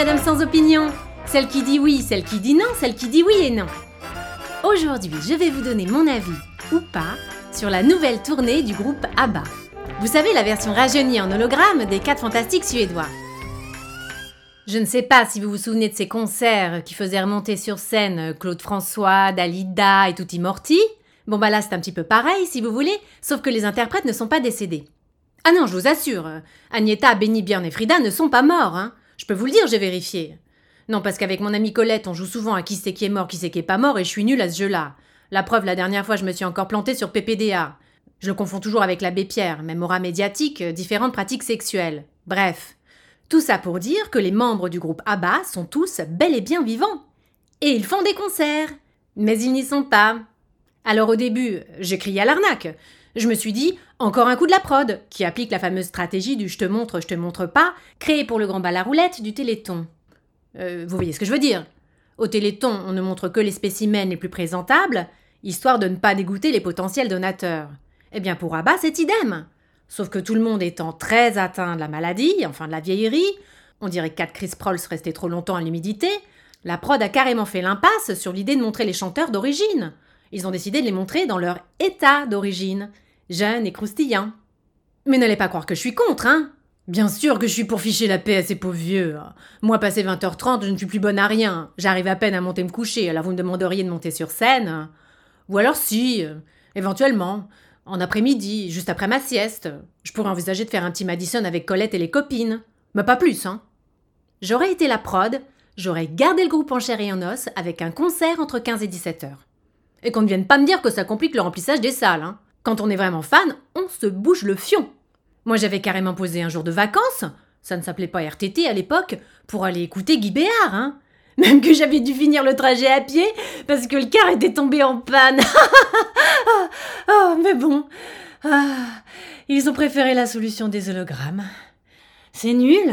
Madame sans opinion. Celle qui dit oui, celle qui dit non, celle qui dit oui et non. Aujourd'hui, je vais vous donner mon avis, ou pas, sur la nouvelle tournée du groupe ABBA. Vous savez, la version rajeunie en hologramme des 4 fantastiques suédois. Je ne sais pas si vous vous souvenez de ces concerts qui faisaient remonter sur scène Claude François, Dalida et Tutti Morti. Bon bah là c'est un petit peu pareil si vous voulez, sauf que les interprètes ne sont pas décédés. Ah non, je vous assure, Agnetha, Benny, Björn et Frida ne sont pas morts, hein. Je peux vous le dire, j'ai vérifié. Non, parce qu'avec mon amie Colette, on joue souvent à qui c'est qui est mort, qui c'est qui est pas mort, et je suis nulle à ce jeu-là. La preuve, la dernière fois, je me suis encore plantée sur PPDA. Je le confonds toujours avec l'abbé Pierre, même aura médiatique, différentes pratiques sexuelles. Bref. Tout ça pour dire que les membres du groupe ABBA sont tous bel et bien vivants. Et ils font des concerts. Mais ils n'y sont pas. Alors au début, j'ai crié à l'arnaque. Je me suis dit, encore un coup de la prod, qui applique la fameuse stratégie du je te montre pas, créée pour le grand bal à roulette du Téléthon. Vous voyez ce que je veux dire. Au Téléthon, on ne montre que les spécimens les plus présentables, histoire de ne pas dégoûter les potentiels donateurs. Eh bien pour ABBA, c'est idem. Sauf que tout le monde étant très atteint de la maladie, enfin de la vieillerie, on dirait que 4 Chris Prolls restaient trop longtemps à l'humidité, la prod a carrément fait l'impasse sur l'idée de montrer les chanteurs d'origine. Ils ont décidé de les montrer dans leur état d'origine, jeunes et croustillants. Mais n'allez pas croire que je suis contre, hein. Bien sûr que je suis pour ficher la paix à ces pauvres vieux. Moi, passé 20h30, je ne suis plus bonne à rien. J'arrive à peine à monter me coucher, alors vous me demanderiez de monter sur scène. Ou alors si, éventuellement, en après-midi, juste après ma sieste, je pourrais envisager de faire un petit Madison avec Colette et les copines. Mais pas plus, hein. J'aurais été la prod, j'aurais gardé le groupe en chair et en os avec un concert entre 15 et 17 heures. Et qu'on ne vienne pas me dire que ça complique le remplissage des salles, hein. Quand on est vraiment fan, on se bouge le fion. Moi, j'avais carrément posé un jour de vacances, ça ne s'appelait pas RTT à l'époque, pour aller écouter Guy Béard, hein. Même que j'avais dû finir le trajet à pied parce que le car était tombé en panne. Oh, mais bon. Ils ont préféré la solution des hologrammes. C'est nul.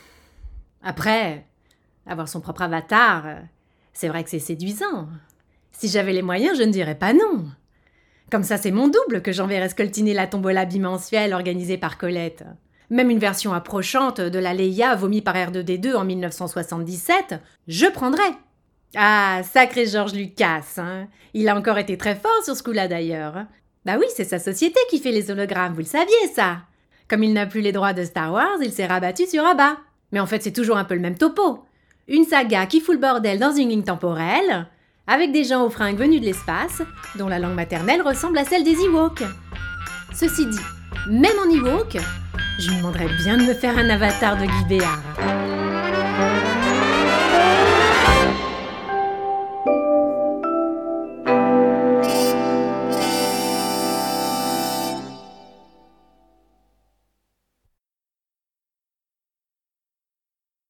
Après, avoir son propre avatar, c'est vrai que c'est séduisant. Si j'avais les moyens, je ne dirais pas non. Comme ça, c'est mon double que j'enverrai scoltiner la tombola bimensuelle organisée par Colette. Même une version approchante de la Leia vomi par R2D2 en 1977, je prendrais. Ah, sacré George Lucas, hein. Il a encore été très fort sur ce coup-là d'ailleurs. Bah oui, c'est sa société qui fait les hologrammes, vous le saviez ça. Comme il n'a plus les droits de Star Wars, il s'est rabattu sur ABBA. Mais en fait, c'est toujours un peu le même topo. Une saga qui fout le bordel dans une ligne temporelle, avec des gens aux fringues venus de l'espace, dont la langue maternelle ressemble à celle des Ewoks. Ceci dit, même en Ewok, je me demanderais bien de me faire un avatar de Guy Béard.